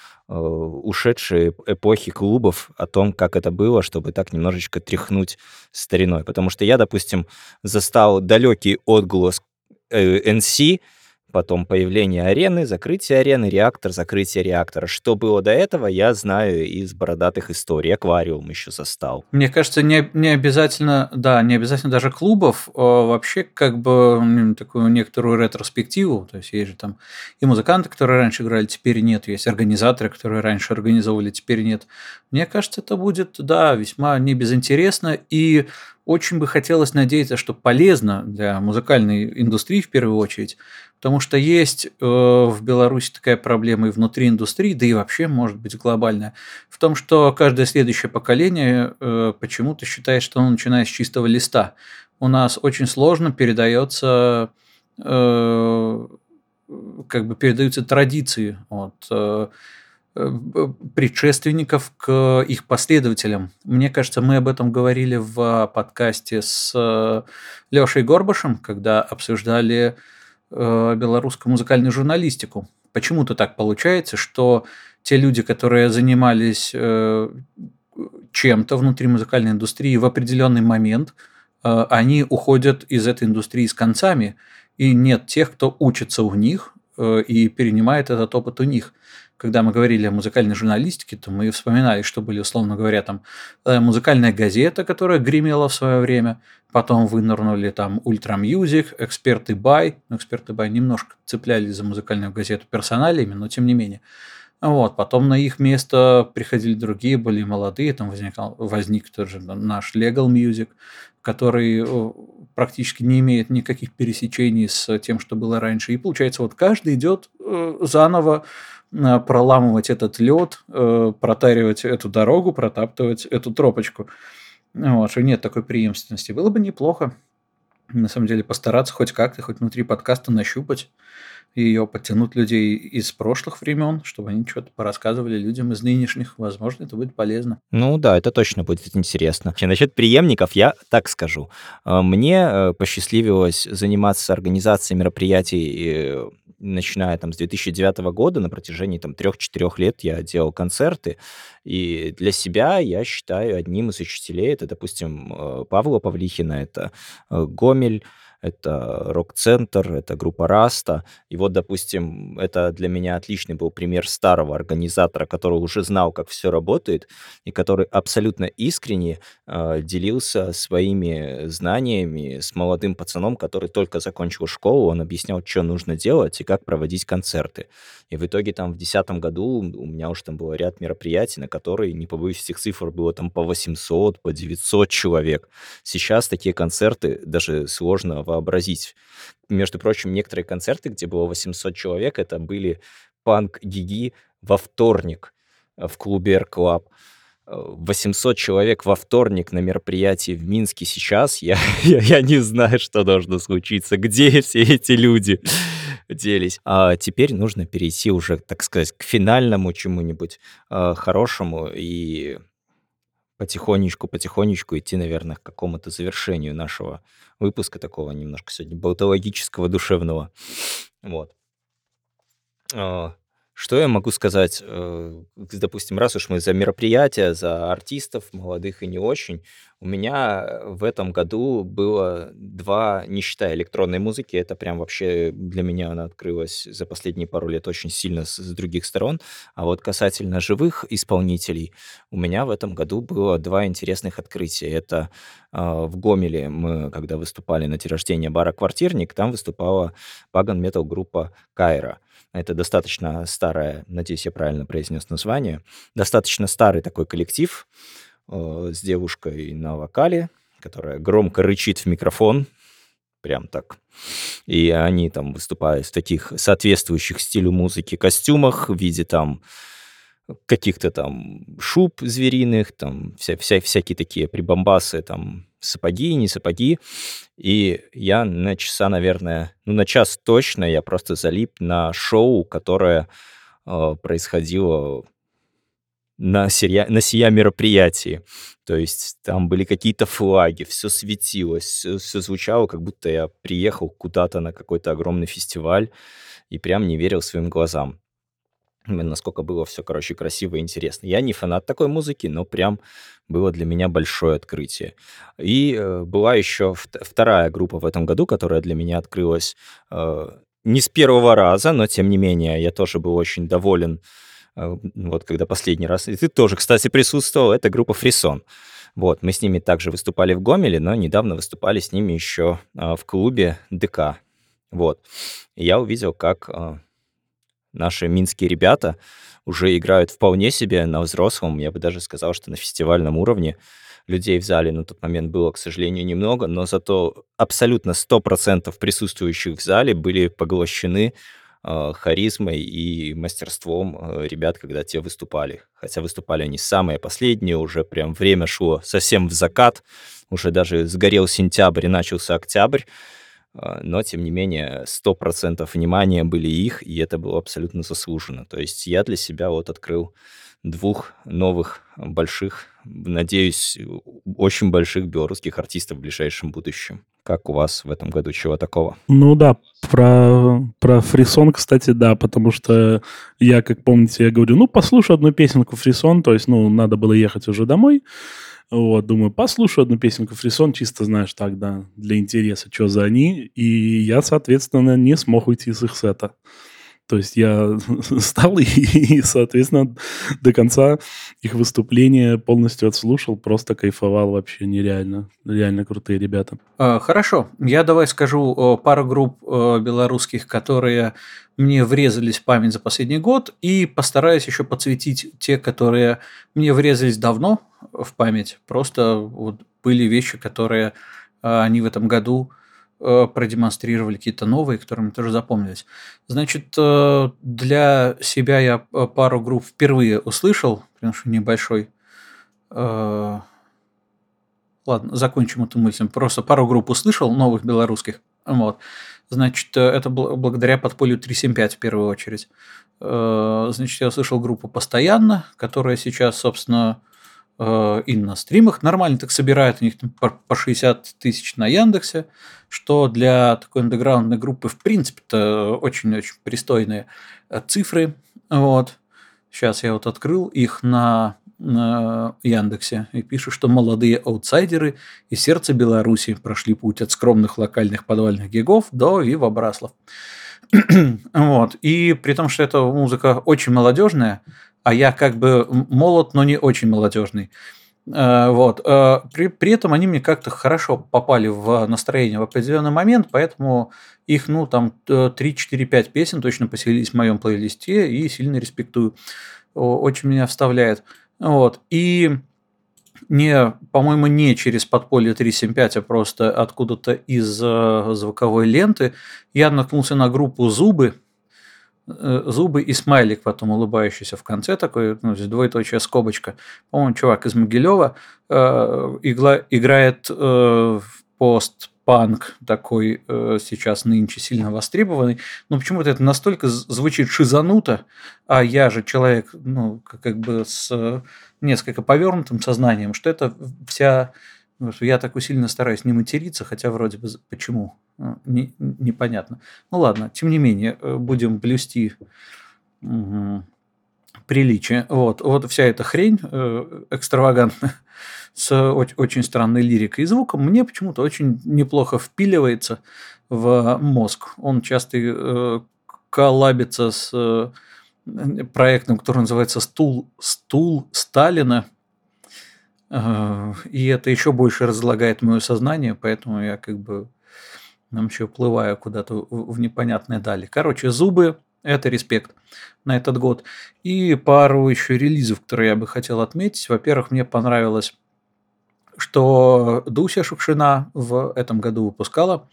ушедшей эпохи клубов, о том, как это было, чтобы так немножечко тряхнуть стариной. Потому что я, допустим, застал далекий отголоск NC, потом появление арены, закрытие арены, реактор, закрытие реактора. Что было до этого, я знаю из бородатых историй. Аквариум еще застал. Мне кажется, не обязательно, да, не обязательно даже клубов, вообще как бы такую некоторую ретроспективу, то есть есть же там и музыканты, которые раньше играли, теперь нет, есть организаторы, которые раньше организовывали, теперь нет. Мне кажется, это будет, да, весьма не безинтересно, и очень бы хотелось надеяться, что полезно для музыкальной индустрии в первую очередь, потому что есть в Беларуси такая проблема и внутри индустрии, да и вообще может быть глобальная, в том, что каждое следующее поколение почему-то считает, что оно начинает с чистого листа. У нас очень сложно передается, как бы передаются традиции от предшественников к их последователям. Мне кажется, мы об этом говорили в подкасте с Лешей Горбашем, когда обсуждали белорусскую музыкальную журналистику. Почему-то так получается, что те люди, которые занимались чем-то внутри музыкальной индустрии в определенный момент, они уходят из этой индустрии с концами, и нет тех, кто учится у них и перенимает этот опыт у них. Когда мы говорили о музыкальной журналистике, то мы вспоминали, что были, условно говоря, там музыкальная газета, которая гремела в свое время, потом вынырнули там Ультра Мьюзик, Эксперты Бай. Эксперты Бай немножко цеплялись за музыкальную газету персоналиями, но тем не менее. Вот, потом на их место приходили другие, более молодые, там возник тот же наш Legal Music, который практически не имеет никаких пересечений с тем, что было раньше. И получается, вот каждый идет заново проламывать этот лед, протаривать эту дорогу, протаптывать эту тропочку. Вот, что нет такой преемственности. Было бы неплохо, на самом деле, постараться хоть как-то, хоть внутри подкаста нащупать ее, подтянуть людей из прошлых времен, чтобы они что-то порассказывали людям из нынешних. Возможно, это будет полезно. Ну да, это точно будет интересно. Насчет преемников я так скажу. Мне посчастливилось заниматься организацией мероприятий, начиная там с 2009 года, на протяжении там 3-4 лет я делал концерты, и для себя я считаю одним из учителей, это, допустим, Павла Павлихина, это Гомель, это Рок-центр, это группа Раста. И вот, допустим, это для меня отличный был пример старого организатора, который уже знал, как все работает, и который абсолютно искренне делился своими знаниями с молодым пацаном, который только закончил школу. Он объяснял, что нужно делать и как проводить концерты. И в итоге там в 2010 году у меня уже там был ряд мероприятий, на которые, не побоюсь этих цифр, было там по 800, по 900 человек. Сейчас такие концерты даже сложно вообразить. Между прочим, некоторые концерты, где было 800 человек, это были панк-гиги во вторник в клубе R-Club. 800 человек во вторник на мероприятии в Минске сейчас, я не знаю, что должно случиться, где все эти люди делись. А теперь нужно перейти уже, так сказать, к финальному чему-нибудь хорошему и потихонечку идти, наверное, к какому-то завершению нашего выпуска, такого немножко сегодня болтологического, душевного. Вот. Что я могу сказать? Допустим, раз уж мы за мероприятия, за артистов, молодых и не очень, у меня в этом году было 2, не считая электронной музыки, это прям вообще для меня она открылась за последние пару лет очень сильно с других сторон. А вот касательно живых исполнителей, у меня в этом году было 2 интересных открытия. Это в Гомеле мы, когда выступали на день рождения бара «Квартирник», там выступала паган-метал группа «Кайра». Это достаточно старая, надеюсь, я правильно произнес название, достаточно старый такой коллектив с девушкой на вокале, которая громко рычит в микрофон, прям так. И они там выступают в таких соответствующих стилю музыки костюмах в виде там каких-то там шуб звериных, там всякие такие прибамбасы, там сапоги, не сапоги. И я на часа, наверное, на час точно я просто залип на шоу, которое происходило на сия мероприятии. То есть там были какие-то флаги, все светилось, все звучало, как будто я приехал куда-то на какой-то огромный фестиваль и прям не верил своим глазам. Насколько было все, короче, красиво и интересно. Я не фанат такой музыки, но прям было для меня большое открытие. И была еще вторая группа в этом году, которая для меня открылась не с первого раза, но тем не менее я тоже был очень доволен, вот когда последний раз... И ты тоже, кстати, присутствовал, это группа «Фрисон». Вот, мы с ними также выступали в Гомеле, но недавно выступали с ними еще в клубе ДК. Вот. И я увидел, как наши минские ребята уже играют вполне себе на взрослом, я бы даже сказал, что на фестивальном уровне. Людей в зале на тот момент было, к сожалению, немного, но зато абсолютно 100% присутствующих в зале были поглощены харизмой и мастерством ребят, когда те выступали. Хотя выступали они самые последние, уже прям время шло совсем в закат, уже даже сгорел сентябрь и начался октябрь, но, тем не менее, 100% внимания были их, и это было абсолютно заслуженно. То есть я для себя вот открыл 2 новых больших, надеюсь, очень больших белорусских артистов в ближайшем будущем. Как у вас в этом году? Чего такого? Ну да, про Фрисон, кстати, да, потому что я, как помните, я говорю, послушай одну песенку Фрисон, то есть, надо было ехать уже домой. Вот, думаю, послушаю одну песенку Фрисон, чисто, знаешь, так, да, для интереса, что за они. И я, соответственно, не смог уйти с их сета. То есть я стал и, соответственно, до конца их выступления полностью отслушал, просто кайфовал вообще нереально. Реально крутые ребята. Хорошо, я давай скажу пару групп белорусских, которые мне врезались в память за последний год, и постараюсь еще подсветить те, которые мне врезались давно в память. Просто вот были вещи, которые они в этом году продемонстрировали, какие-то новые, которые мне тоже запомнились. Значит, для себя я пару групп впервые услышал, потому что небольшой. Ладно, закончим эту мысль. Просто пару групп услышал, новых белорусских. Вот. Значит, это благодаря подполью 375 в первую очередь. Значит, я услышал группу «Постоянно», которая сейчас, собственно, и на стримах нормально так собирает. У них там по 60 тысяч на Яндексе, что для такой андеграундной группы, в принципе-то, очень-очень пристойные цифры. Вот. Сейчас я вот открыл их на Яндексе и пишут, что молодые аутсайдеры из сердца Беларуси прошли путь от скромных локальных подвальных гигов до Вива Браслов. Вот. И при том, что эта музыка очень молодежная, а я как бы молод, но не очень молодежный. Вот. При этом они мне как-то хорошо попали в настроение в определенный момент, поэтому их, 3, 4, 5 песен точно поселились в моем плейлисте и сильно респектую. Очень меня вставляет. Вот. И по-моему, не через подполье 375, а просто откуда-то из звуковой ленты я наткнулся на группу «Зубы». «Зубы» и смайлик потом улыбающийся в конце, такой, здесь двоеточие, скобочка. По-моему, чувак из Могилева играет в постпанк такой, сейчас нынче сильно востребованный. Но почему-то это настолько звучит шизануто, а я же человек, как бы с несколько повернутым сознанием, что это вся... Я так усиленно стараюсь не материться, хотя вроде бы почему, непонятно. Ну ладно, тем не менее, будем блюсти приличие. Вот вся эта хрень экстравагантная с очень странной лирикой и звуком мне почему-то очень неплохо впиливается в мозг. Он часто коллабится с проектом, который называется «Стул Сталина». И это еще больше разлагает мое сознание, поэтому я как бы еще уплываю куда-то в непонятные дали. Короче, «Зубы» – это респект на этот год. И пару еще релизов, которые я бы хотел отметить. Во-первых, мне понравилось, что Дуся Шукшина в этом году выпускала.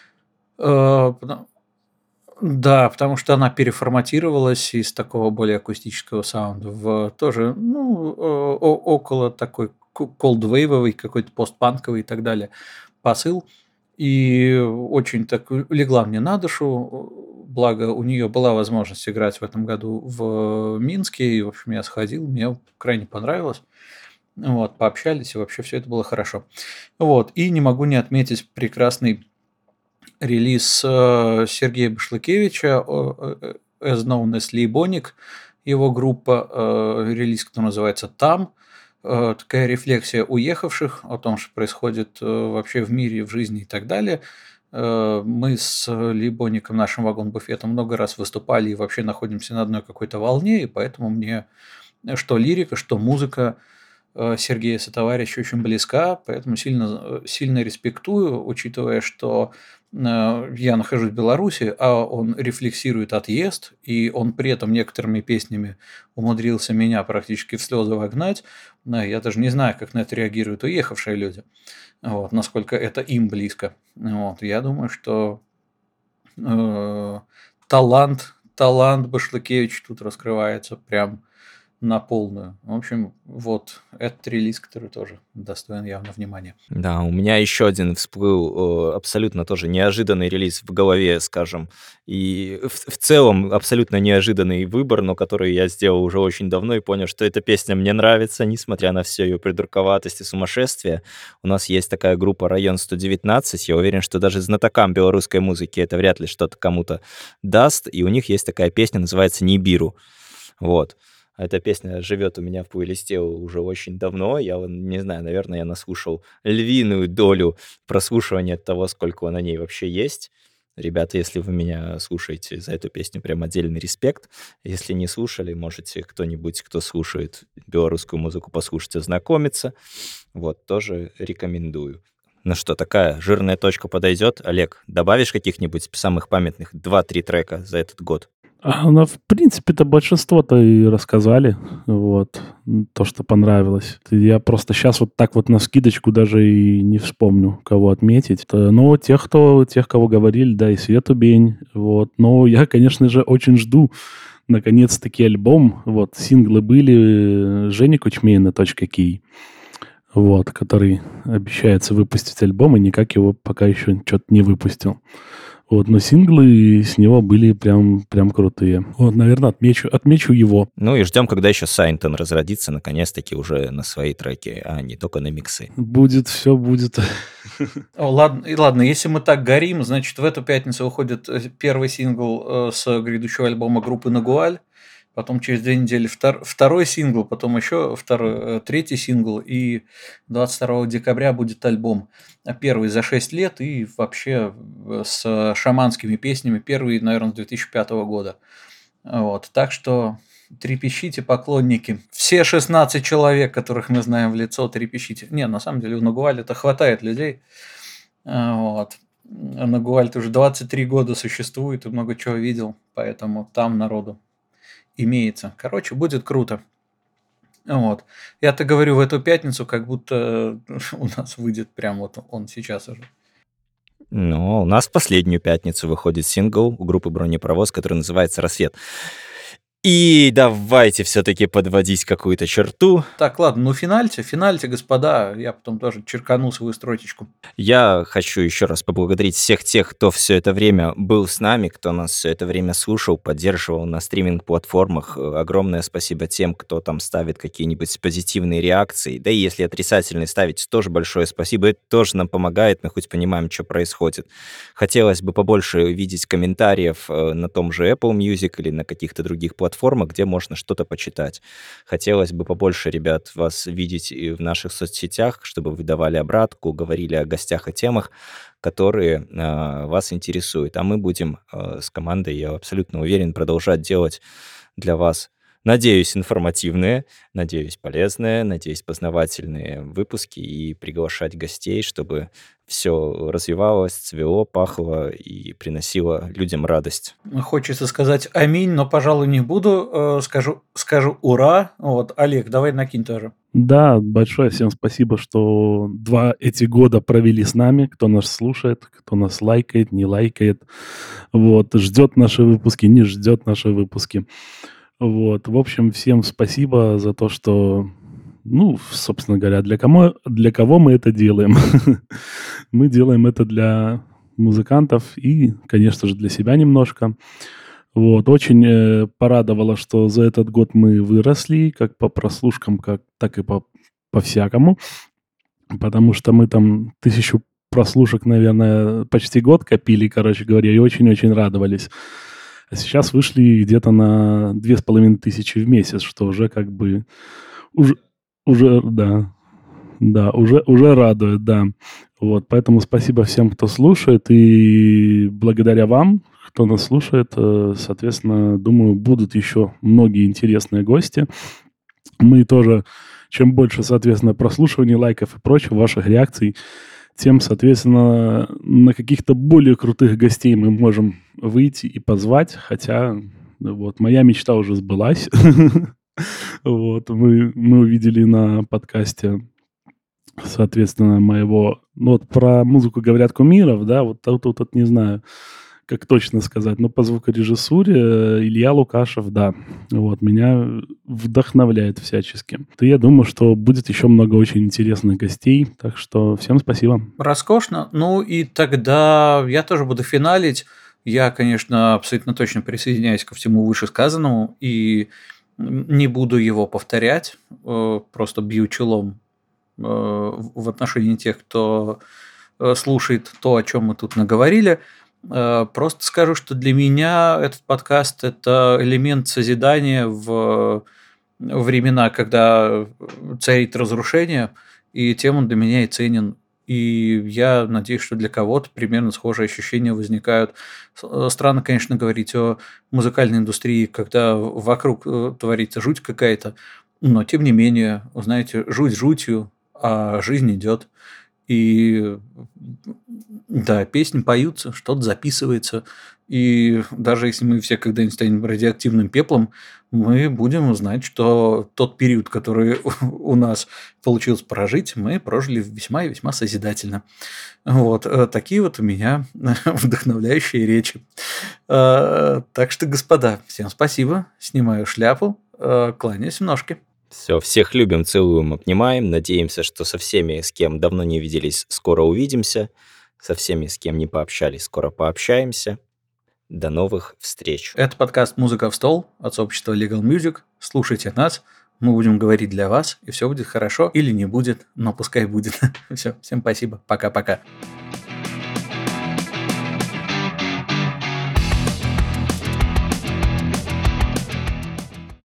Да, потому что она переформатировалась из такого более акустического саунда в тоже, около такой колдвейвовый, какой-то постпанковый и так далее посыл. И очень так легла мне на душу. Благо, у нее была возможность играть в этом году в Минске. И, в общем, я сходил, мне крайне понравилось. Вот, пообщались, и вообще все это было хорошо. Вот, и не могу не отметить прекрасный релиз Сергея Башлыкевича, as known as Лейбоник, его группа, релиз, который называется «Там». Такая рефлексия уехавших о том, что происходит вообще в мире, в жизни и так далее. Мы с Лейбоником, нашим вагон-буфетом, много раз выступали и вообще находимся на одной какой-то волне, и поэтому мне что лирика, что музыка Сергея Сотоварища очень близка, поэтому сильно респектую, учитывая, что я нахожусь в Беларуси, а он рефлексирует отъезд, и он при этом некоторыми песнями умудрился меня практически в слезы вогнать. Я даже не знаю, как на это реагируют уехавшие люди, вот, насколько это им близко. Вот, я думаю, что талант Башлыкевич тут раскрывается прям на полную. В общем, вот этот релиз, который тоже достоин явно внимания. Да, у меня еще один всплыл абсолютно тоже неожиданный релиз в голове, скажем, и в целом абсолютно неожиданный выбор, но который я сделал уже очень давно и понял, что эта песня мне нравится, несмотря на всю ее придурковатость и сумасшествие. У нас есть такая группа «Район 119», я уверен, что даже знатокам белорусской музыки это вряд ли что-то кому-то даст, и у них есть такая песня, называется «Нибиру». Вот. Эта песня живет у меня в плейлисте уже очень давно. Я не знаю, наверное, я наслушал львиную долю прослушивания того, сколько на ней вообще есть. Ребята, если вы меня слушаете, за эту песню прям отдельный респект. Если не слушали, можете кто-нибудь, кто слушает белорусскую музыку, послушать, ознакомиться. Вот, тоже рекомендую. Ну что, такая жирная точка подойдет? Олег, добавишь каких-нибудь самых памятных 2-3 трека за этот год? В принципе-то большинство-то и рассказали, вот, то, что понравилось. Я просто сейчас вот так вот на скидочку даже и не вспомню, кого отметить. Но тех, кого говорили, да, и Свету Бень, вот. Но я, конечно же, очень жду, наконец-таки, альбом. Вот, синглы были Жени Кучмейна .ки, вот, который обещается выпустить альбом, и никак его пока еще что-то не выпустил. Вот, но синглы с него были прям крутые. Вот, наверное, отмечу его. Ну и ждем, когда еще Сайнтон разродится, наконец-таки, уже на свои треки, а не только на миксы. Все будет. Ладно, если мы так горим, значит, в эту пятницу выходит первый сингл с грядущего альбома группы «Нагуаль». Потом через 2 недели второй сингл, потом еще третий сингл, и 22 декабря будет альбом. Первый за 6 лет и вообще с шаманскими песнями. Первый, наверное, с 2005 года. Вот. Так что трепещите, поклонники. Все 16 человек, которых мы знаем в лицо, трепещите. Не, на самом деле у Нагуаля-то хватает людей. Вот. Нагуаль-то уже 23 года существует и много чего видел, поэтому там народу имеется. Короче, будет круто. Вот. Я-то говорю в эту пятницу, как будто у нас выйдет прям вот он сейчас уже. Ну, у нас в последнюю пятницу выходит сингл у группы «Бронепровоз», который называется «Рассвет». И давайте все-таки подводить какую-то черту. Так, ладно, финальте, господа. Я потом тоже черкану свою строчечку. Я хочу еще раз поблагодарить всех тех, кто все это время был с нами, кто нас все это время слушал, поддерживал на стриминг-платформах. Огромное спасибо тем, кто там ставит какие-нибудь позитивные реакции. Да и если отрицательные ставить, тоже большое спасибо. Это тоже нам помогает, мы хоть понимаем, что происходит. Хотелось бы побольше видеть комментариев на том же Apple Music или на каких-то других платформах, где можно что-то почитать. Хотелось бы побольше, ребят, вас видеть и в наших соцсетях, чтобы вы давали обратку, говорили о гостях и темах, которые вас интересуют. А мы будем с командой, я абсолютно уверен, продолжать делать для вас, надеюсь, информативные, надеюсь, полезные, надеюсь, познавательные выпуски и приглашать гостей, чтобы все развивалось, цвело, пахло и приносило людям радость. Хочется сказать аминь, но, пожалуй, не буду. Скажу ура. Вот, Олег, давай накинь тоже. Да, большое всем спасибо, что 2 эти года провели с нами, кто нас слушает, кто нас лайкает, не лайкает, вот, ждет наши выпуски, не ждет наши выпуски. Вот, в общем, всем спасибо за то, что, собственно говоря, для кого мы это делаем? Мы делаем это для музыкантов и, конечно же, для себя немножко. Вот, очень порадовало, что за этот год мы выросли, как по прослушкам, так и по-всякому, потому что мы там 1000 прослушек, наверное, почти год копили, короче говоря, и очень-очень радовались. А сейчас вышли где-то на 2500 в месяц, что уже как бы... Уже, да. Да, уже радует, да. Вот, поэтому спасибо всем, кто слушает, и благодаря вам, кто нас слушает, соответственно, думаю, будут еще многие интересные гости. Мы тоже, чем больше, соответственно, прослушиваний, лайков и прочего, ваших реакций, тем, соответственно, на каких-то более крутых гостей мы можем выйти и позвать, хотя вот моя мечта уже сбылась. Вот, мы увидели на подкасте, соответственно, моего... Ну, вот про музыку говорят кумиров, да, вот тут не знаю, как точно сказать, но по звукорежиссуре Илья Лукашев, да, вот, меня вдохновляет всячески. То я думаю, что будет еще много очень интересных гостей, так что всем спасибо. Роскошно. Ну и тогда я тоже буду финалить. Я, конечно, абсолютно точно присоединяюсь ко всему вышесказанному и не буду его повторять, просто бью челом в отношении тех, кто слушает то, о чем мы тут наговорили. Просто скажу, что для меня этот подкаст – это элемент созидания в времена, когда царит разрушение, и тем он для меня и ценен. И я надеюсь, что для кого-то примерно схожие ощущения возникают. Странно, конечно, говорить о музыкальной индустрии, когда вокруг творится жуть какая-то, но тем не менее, знаете, жуть жутью, а жизнь идет. И да, песни поются, что-то записывается. И даже если мы все когда-нибудь станем радиоактивным пеплом, мы будем знать, что тот период, который у нас получилось прожить, мы прожили весьма и весьма созидательно. Вот такие вот у меня вдохновляющие речи. Так что, господа, всем спасибо. Снимаю шляпу, кланяюсь в ножки. Все, всех любим, целуем, обнимаем. Надеемся, что со всеми, с кем давно не виделись, скоро увидимся. Со всеми, с кем не пообщались, скоро пообщаемся. До новых встреч. Это подкаст «Музыка в стол» от сообщества Legal Music. Слушайте нас, мы будем говорить для вас, и все будет хорошо или не будет, но пускай будет. Все, всем спасибо, пока-пока.